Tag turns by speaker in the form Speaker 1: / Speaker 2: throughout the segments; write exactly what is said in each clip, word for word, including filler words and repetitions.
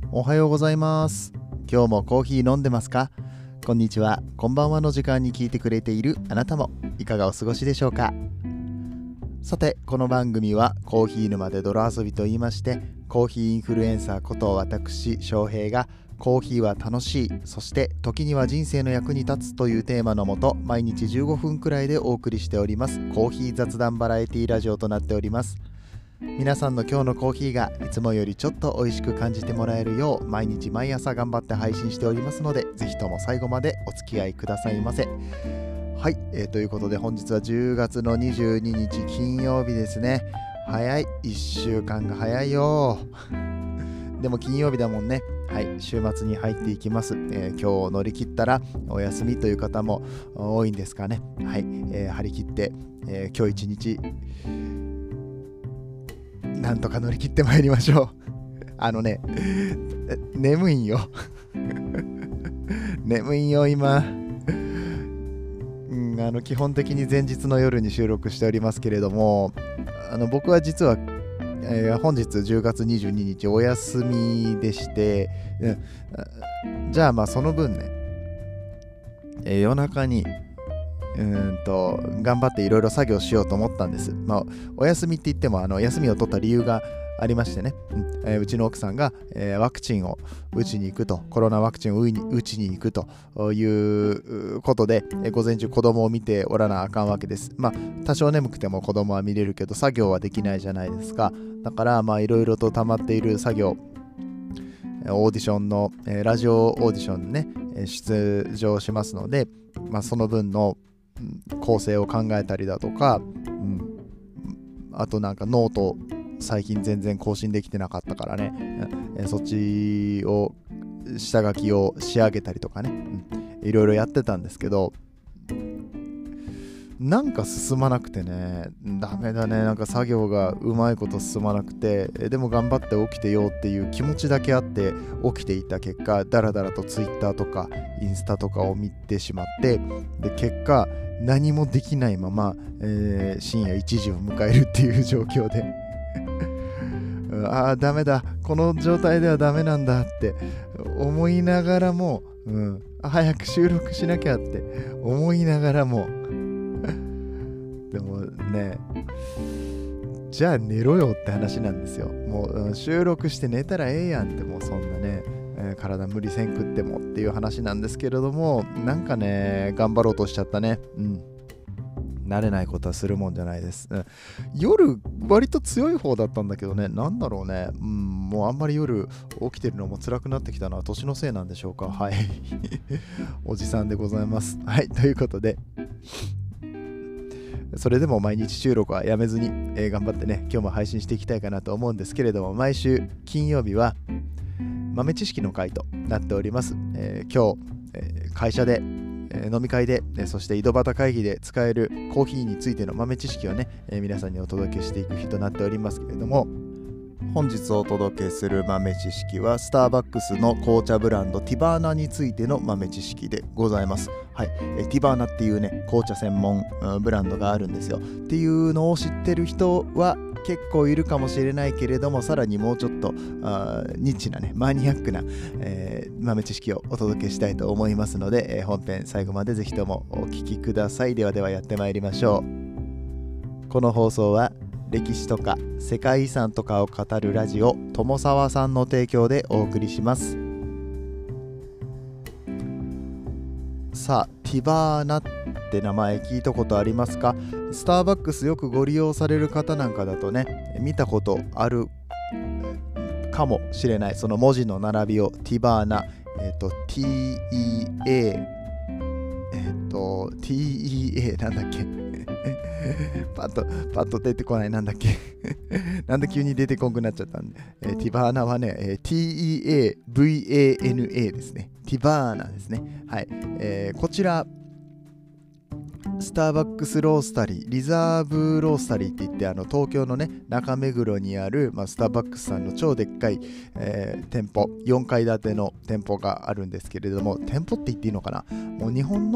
Speaker 1: おはようございます。今日もコーヒー飲んでますか？こんにちは、こんばんはの時間に聞いてくれているあなたもいかがお過ごしでしょうか？さて、この番組はコーヒー沼で泥遊びと言いまして、コーヒーインフルエンサーこと私翔平がコーヒーは楽しい、そして時には人生の役に立つというテーマのもと、毎日じゅうごふんくらいでお送りしておりますコーヒー雑談バラエティラジオとなっております。皆さんの今日のコーヒーがいつもよりちょっと美味しく感じてもらえるよう、毎日毎朝頑張って配信しておりますので、ぜひとも最後までお付き合いくださいませ。はい、えー、ということで本日はじゅうがつのにじゅうににち金曜日ですね。早い、いっしゅうかんが早いよでも金曜日だもんね。はい、週末に入っていきます、えー、今日を乗り切ったらお休みという方も多いんですかね。はい、えー、張り切って、えー、今日一日なんとか乗り切ってまいりましょうあのね、眠いんよ眠いんよ今、うん、あの基本的に前日の夜に収録しておりますけれども、あの僕は実は、えー、本日じゅうがつにじゅうににちお休みでして、うん、じゃあまあその分ね、えー、夜中にうーんと頑張っていろいろ作業しようと思ったんです。まあ、お休みって言ってもあの休みを取った理由がありましてね、うんえー、うちの奥さんが、えー、ワクチンを打ちに行くと、コロナワクチンを打ちに行くということで、えー、午前中子供を見ておらなあかんわけです。まあ多少眠くても子供は見れるけど作業はできないじゃないですか。だからまあいろいろと溜まっている作業、オーディションの、えー、ラジオオーディションね出場しますので、まあ、その分の構成を考えたりだとか、うん、あとなんかノート最近全然更新できてなかったからね、えそっちを下書きを仕上げたりとかね、うん、いろいろやってたんですけど、なんか進まなくてね、ダメだね、なんか作業がうまいこと進まなくて、でも頑張って起きてよっていう気持ちだけあって起きていた結果、だらだらとツイッターとかインスタとかを見てしまって、で結果何もできないまま、えー、深夜いちじを迎えるっていう状況でああダメだ、この状態ではダメなんだって思いながらも、うん、早く収録しなきゃって思いながらもでもね、じゃあ寝ろよって話なんですよ。もう、うん、収録して寝たらええやんって、もうそんなね、えー、体無理せんくってもっていう話なんですけれども、なんかね頑張ろうとしちゃったね。うん慣れないことはするもんじゃないです、うん、夜割と強い方だったんだけどね、なんだろうね、うん、もうあんまり夜起きてるのも辛くなってきたのは年のせいなんでしょうか。はいおじさんでございます。はい、ということでそれでも毎日収録はやめずに、えー、頑張ってね今日も配信していきたいかなと思うんですけれども、毎週金曜日は豆知識の回となっております。えー、今日、えー、会社で、えー、飲み会で、えー、そして井戸端会議で使えるコーヒーについての豆知識をね、えー、皆さんにお届けしていく日となっておりますけれども、本日お届けする豆知識はスターバックスの紅茶ブランドティバーナについての豆知識でございます。はい、えティバーナっていうね紅茶専門、うん、ブランドがあるんですよ。っていうのを知ってる人は結構いるかもしれないけれども、さらにもうちょっとあニッチなねマニアックな、えー、豆知識をお届けしたいと思いますので、えー、本編最後までぜひともお聞きください。ではではやってまいりましょう。この放送は歴史とか世界遺産とかを語るラジオ友沢さんの提供でお送りします。さあ、ティバーナって名前聞いたことありますか？スターバックスよくご利用される方なんかだとね、見たことあるかもしれないその文字の並びをティバーナ、えっ、ー、と ティーイーエー えっ、ー、と ティーイーエー なんだっけパッとパッと出てこない、なんだっけなんで急に出てこんくなっちゃったんで、えー、ティバーナはね、えー、ティーイーエーブイエーエヌエー ですね。ティバーナですね。はい、えー、こちらスターバックスロースタリー、リザーブロースタリーって言って、あの東京のね中目黒にある、まあ、スターバックスさんの超でっかい、えー、店舗、よんかい建ての店舗があるんですけれども、店舗って言っていいのかな、もう日本の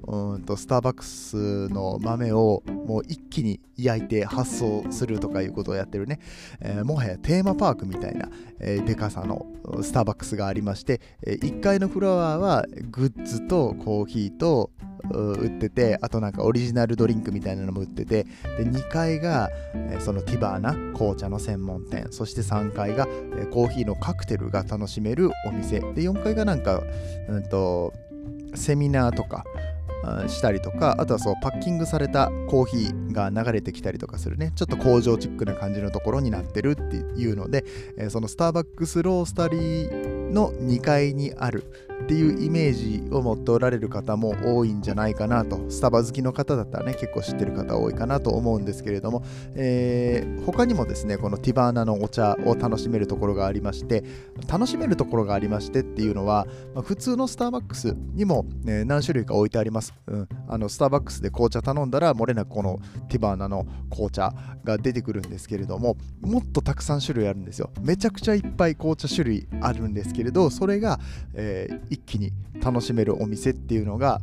Speaker 1: うんとスターバックスの豆をもう一気に焼いて発送するとかいうことをやってるね、えー、もはやテーマパークみたいな、えー、でかさのスターバックスがありまして、えー、いっかいのフロアはグッズとコーヒーと売ってて、あとなんかオリジナルドリンクみたいなのも売ってて、でにかいが、えー、そのティバーナ紅茶の専門店、そしてさんがいが、えー、コーヒーのカクテルが楽しめるお店で、よんかいがなんか、うんとセミナーとかしたりとか、あとはそうパッキングされたコーヒーが流れてきたりとかするね、ちょっと工場チックな感じのところになってるっていうので、えー、そのスターバックスロースタリーのにかいにあるっていうイメージを持っておられる方も多いんじゃないかなと。スタバ好きの方だったらね、結構知ってる方多いかなと思うんですけれども、えー、他にもですね、このティバーナのお茶を楽しめるところがありまして、楽しめるところがありましてっていうのは、まあ、普通のスターバックスにも、ね、何種類か置いてあります、うん、あのスターバックスで紅茶頼んだら漏れなくこのティバーナの紅茶が出てくるんですけれども、もっとたくさん種類あるんですよ。めちゃくちゃいっぱい紅茶種類あるんですけれど、それが、えー、一気に楽しめるお店っていうのが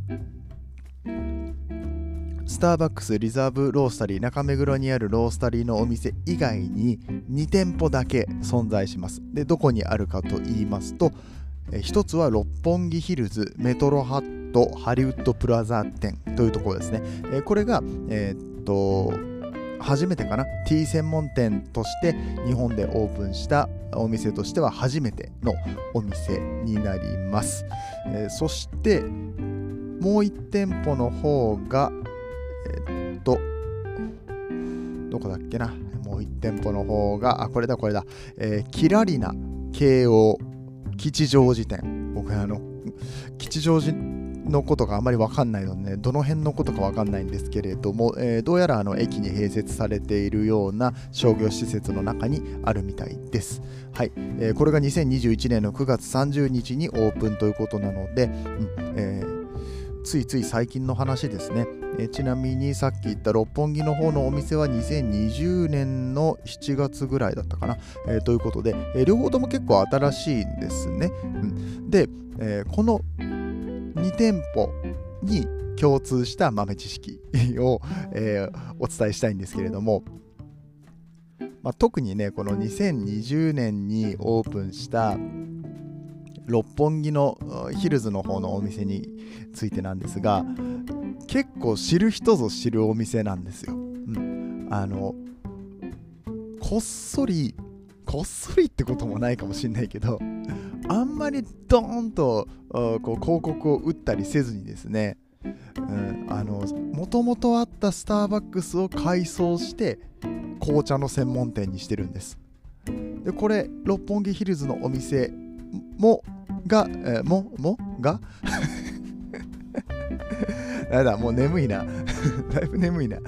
Speaker 1: スターバックスリザーブロースタリー中目黒にあるロースタリーのお店以外ににてんぽだけ存在します。で、どこにあるかと言いますと、えー、一つは六本木ヒルズメトロハットハリウッドプラザ店というところですね。えー、これが、えー、っと初めてかな、ティー専門店として日本でオープンしたお店としては初めてのお店になります。えー、そしてもういってんぽの方がえー、っとどこだっけな、もういってんぽの方があこれだこれだ、えー、キラリナ京王吉祥寺店。僕あの吉祥寺のことがあまり分かんないので、ね、どの辺のことか分かんないんですけれども、えー、どうやらあの駅に併設されているような商業施設の中にあるみたいです。はい、えー、これがにせんにじゅういちねんのくがつさんじゅうにちにオープンということなので、うんえー、ついつい最近の話ですね。えー、ちなみにさっき言った六本木の方のお店はにせんにじゅうねんのしちがつぐらいだったかな、えー、ということで、えー、両方とも結構新しいんですね。うん、で、えー、このにてんぽに共通した豆知識を、えー、お伝えしたいんですけれども、まあ、特にねこのにせんにじゅうねんにオープンした六本木のヒルズの方のお店についてなんですが、結構知る人ぞ知るお店なんですよ。うん、あのこっそりこっそりってこともないかもしれないけど、あんまりドーンとこう広告を打ったりせずにですね、うん、あの元々あったスターバックスを改装して紅茶の専門店にしてるんです。でこれ六本木ヒルズのお店もが、えー、ももがやだもう眠いなだいぶ眠いな、うん、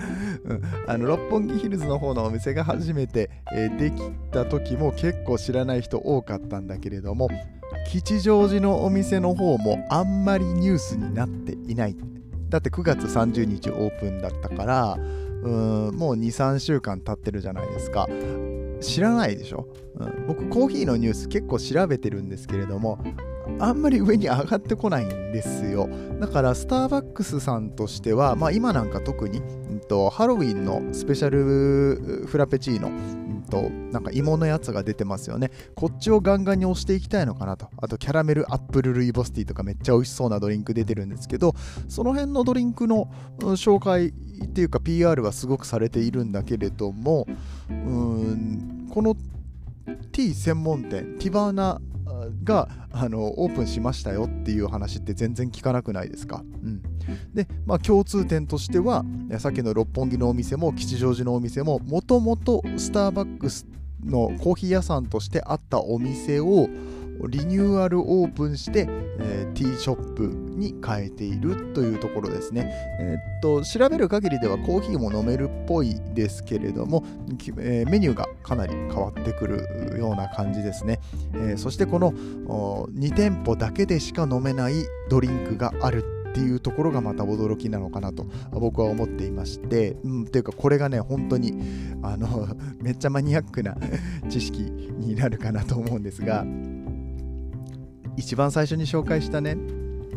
Speaker 1: あの六本木ヒルズの方のお店が初めて、えー、できた時も結構知らない人多かったんだけれども、吉祥寺のお店の方もあんまりニュースになっていない。だってくがつさんじゅうにちオープンだったから、うーんもう にさんしゅうかん経ってるじゃないですか。知らないでしょ、うん、僕コーヒーのニュース結構調べてるんですけれども、あんまり上に上がってこないんですよ。だからスターバックスさんとしては、まあ、今なんか特に、うん、とハロウィンのスペシャルフラペチーノ、うんと、なんか芋のやつが出てますよね。こっちをガンガンに押していきたいのかなと。あとキャラメルアップルルイボスティーとかめっちゃ美味しそうなドリンク出てるんですけど、その辺のドリンクの紹介っていうか ピーアール はすごくされているんだけれども、うーんこのティー専門店ティバーナがあのオープンしましたよっていう話って全然聞かなくないですか。うん、で、まあ、共通点としてはさっきの六本木のお店も吉祥寺のお店ももともとスターバックスのコーヒー屋さんとしてあったお店をリニューアルオープンして、えー、ティーショップに変えているというところですね。えー、っと調べる限りではコーヒーも飲めるっぽいですけれども、えー、メニューがかなり変わってくるような感じですね。えー、そしてこのにてんぽだけでしか飲めないドリンクがあるっていうところがまた驚きなのかなと僕は思っていまして、うん、っていうかこれがね本当にあのめっちゃマニアックな知識になるかなと思うんですが、一番最初に紹介したね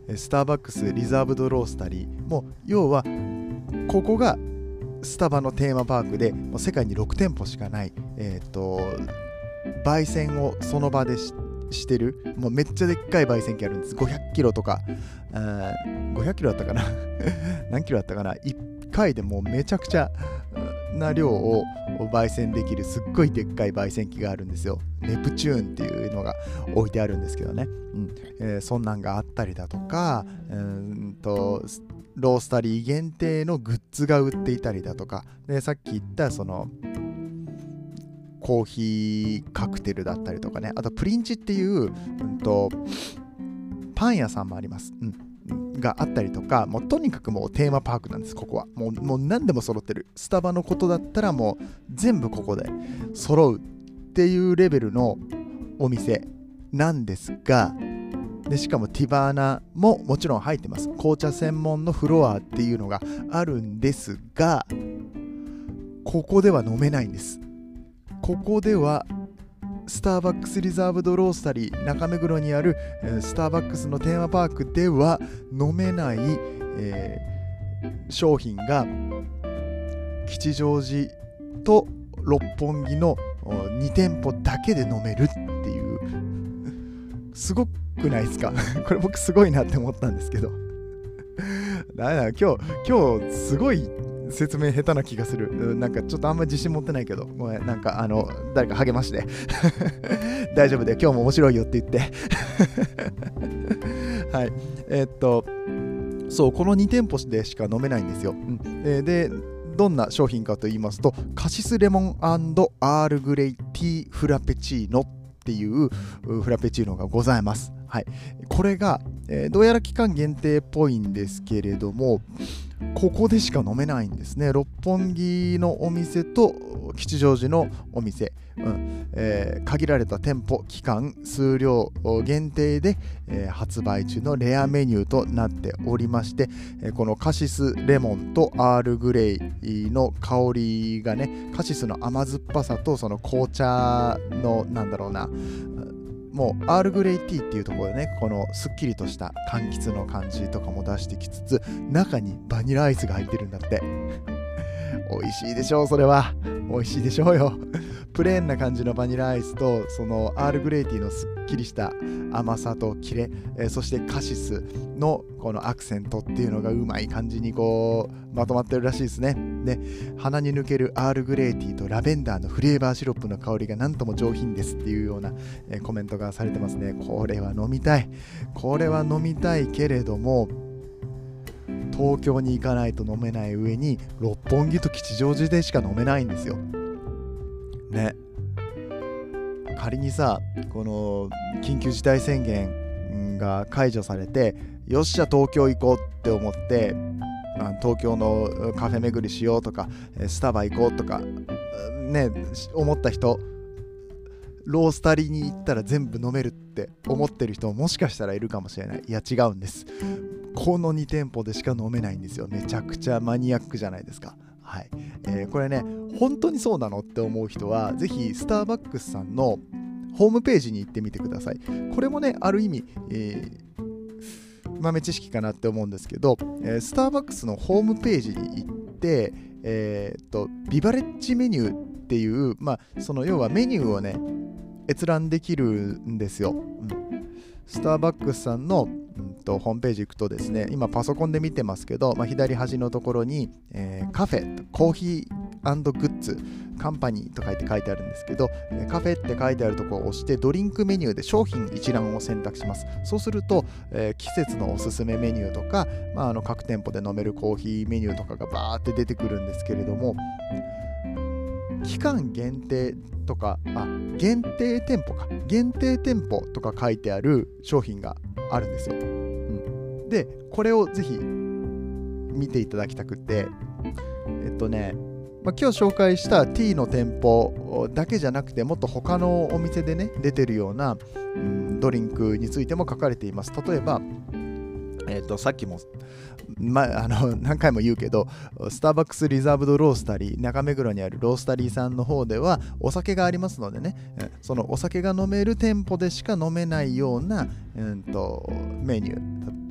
Speaker 1: スターバックスリザーブドロースタリーも、要はここがスタバのテーマパークで、もう世界にろくてんぽしかない、えー、と焙煎をその場で し, してるもうめっちゃでっかい焙煎機あるんです。ごひゃっキロとか、あごひゃっキロだったかな何キロだったかな。いっかいでもうめちゃくちゃな量を焙煎できるすっごいでっかい焙煎機があるんですよ。ネプチューンっていうのが置いてあるんですけどね、うんえー、そんなんがあったりだとか、うーんとロースタリー限定のグッズが売っていたりだとかで、さっき言ったそのコーヒーカクテルだったりとかね、あとプリンチっていう、うんとパン屋さんもあります、うん、があったりとか、もうとにかくもうテーマパークなんです。ここはもう、もう何でも揃ってる。スタバのことだったらもう全部ここで揃うっていうレベルのお店なんですが、でしかもティバーナももちろん入ってます。紅茶専門のフロアっていうのがあるんですが、ここでは飲めないんです。ここではスターバックスリザーブドロースタリー中目黒にあるスターバックスのテーマパークでは飲めない、えー、商品が吉祥寺と六本木のにてんぽだけで飲めるっていう、すごくないですかこれ僕すごいなって思ったんですけどだめだ、今日今日すごい説明下手な気がする。なんかちょっとあんまり自信持ってないけど、ごめん、なんかあの誰か励まして大丈夫だよ、今日も面白いよって言ってはい、えー、っとそう、このにてんぽでしか飲めないんですよ、うん、で, でどんな商品かと言いますと、カシスレモン&アールグレイティーフラペチーノっていうフラペチーノがございます。はい、これが、えー、どうやら期間限定っぽいんですけれども、ここでしか飲めないんですね。六本木のお店と吉祥寺のお店、うんえー、限られた店舗期間数量限定で、えー、発売中のレアメニューとなっておりまして、えー、このカシスレモンとアールグレイの香りがね、カシスの甘酸っぱさとその紅茶のなんだろうな、もうアールグレイティーっていうところでね、このすっきりとした柑橘の感じとかも出してきつつ、中にバニラアイスが入ってるんだって美味しいでしょう。それは美味しいでしょうよプレーンな感じのバニラアイスと、そのアールグレイティーのすっきりした甘さとキレ、えー、そしてカシスのこのアクセントっていうのがうまい感じにこうまとまってるらしいですね。で、鼻に抜けるアールグレイティーとラベンダーのフレーバーシロップの香りがなんとも上品ですっていうような、えー、コメントがされてますね。これは飲みたい。これは飲みたいけれども、東京に行かないと飲めない上に、六本木と吉祥寺でしか飲めないんですよ。ね。仮にさ、この緊急事態宣言が解除されて、よっしゃ東京行こうって思って、東京のカフェ巡りしようとか、スタバ行こうとかね、思った人、ロースタリーに行ったら全部飲めるって思ってる人ももしかしたらいるかもしれない。いや違うんです。このにてんぽでしか飲めないんですよ。めちゃくちゃマニアックじゃないですか。はい、えー、これね、本当にそうなのって思う人はぜひスターバックスさんのホームページに行ってみてください。これもね、ある意味、えー、豆知識かなって思うんですけど、えー、スターバックスのホームページに行って、えー、っとビバレッジメニューっていう、まあ、その要はメニューをね閲覧できるんですよ、うん、スターバックスさんの、うんと、ホームページ行くとですね、今パソコンで見てますけど、まあ、左端のところに、えー、カフェ、コーヒー&グッズカンパニーと書いて書いてあるんですけど、カフェって書いてあるところを押してドリンクメニューで商品一覧を選択します。そうすると、えー、季節のおすすめメニューとか、まあ、あの各店舗で飲めるコーヒーメニューとかがバーって出てくるんですけれども、期間限定とか、あ、限定店舗か限定店舗とか書いてある商品があるんですよ、うん、でこれをぜひ見ていただきたくて、えっとねまあ、今日紹介した T の店舗だけじゃなくて、もっと他のお店でね出てるような、うん、ドリンクについても書かれています。例えば、えー、とさっきも、ま、あの何回も言うけど、スターバックスリザーブドロースタリー中目黒にあるロースタリーさんの方ではお酒がありますのでね、そのお酒が飲める店舗でしか飲めないような、うん、とメニュー、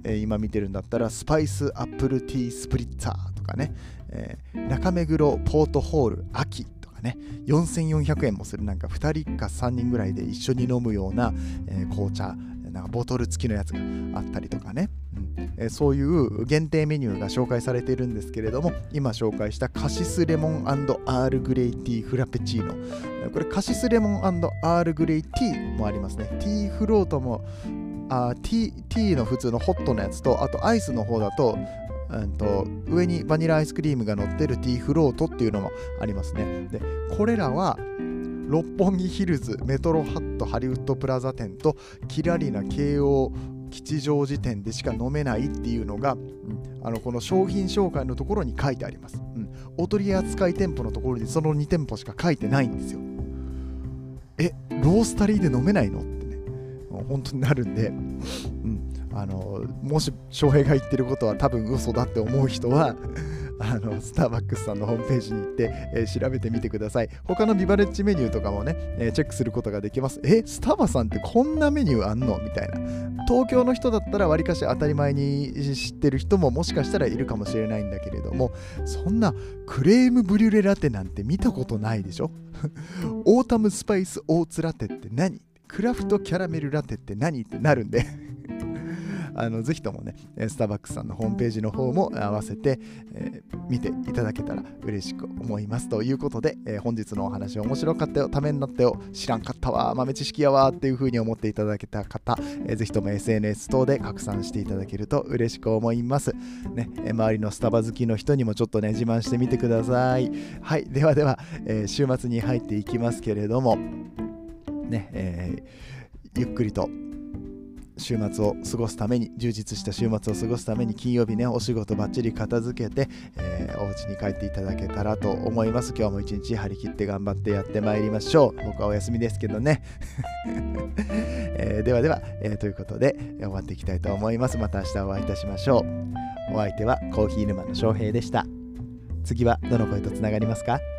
Speaker 1: えー、今見てるんだったらスパイスアップルティースプリッツァーとかね、えー、中目黒ポートホール秋とかね、よんせんよんひゃくえんもするなんかふたりかさんにんぐらいで一緒に飲むような、えー、紅茶なんかボトル付きのやつがあったりとかね、うんえー、そういう限定メニューが紹介されているんですけれども、今紹介したカシスレモン&アールグレイティーフラペチーノ、これカシスレモン&アールグレイティーもありますね。ティーフロートもあティー、ティーの普通のホットのやつと、あとアイスの方だと、うんと上にバニラアイスクリームが乗ってるティーフロートっていうのもありますね。でこれらは六本木ヒルズ、メトロハットハリウッドプラザ店とキラリな京王吉祥寺店でしか飲めないっていうのが、うん、あのこの商品紹介のところに書いてあります、うん、お取り扱い店舗のところにそのに店舗しか書いてないんですよ。え、ロースタリーで飲めないのってね、本当になるんで、うん、あのもし翔平が言ってることは多分嘘だって思う人はあのスターバックスさんのホームページに行って、えー、調べてみてください。他のビバレッジメニューとかもね、えー、チェックすることができます。え、スタバさんってこんなメニューあんのみたいな。東京の人だったらわりかし当たり前に知ってる人ももしかしたらいるかもしれないんだけれども、そんなクレームブリュレラテなんて見たことないでしょオータムスパイスオーツラテって何、クラフトキャラメルラテって何ってなるんであのぜひともね、スターバックスさんのホームページの方も合わせて、えー、見ていただけたら嬉しく思いますということで、えー、本日のお話面白かったよ、ためになったよ、知らんかったわ、豆知識やわっていう風に思っていただけた方、えー、ぜひとも エスエヌエス 等で拡散していただけると嬉しく思います、ねえー、周りのスタバ好きの人にもちょっとね自慢してみてください。はい、ではでは、えー、週末に入っていきますけれどもね、えー、ゆっくりと週末を過ごすために、充実した週末を過ごすために金曜日ね、お仕事バッチリ片付けて、えー、お家に帰っていただけたらと思います。今日も一日張り切って頑張ってやってまいりましょう。僕はお休みですけどね、えー、ではでは、えー、ということで終わっていきたいと思います。また明日お会いいたしましょう。お相手はコーヒー沼の翔平でした。次はどの声とつながりますか？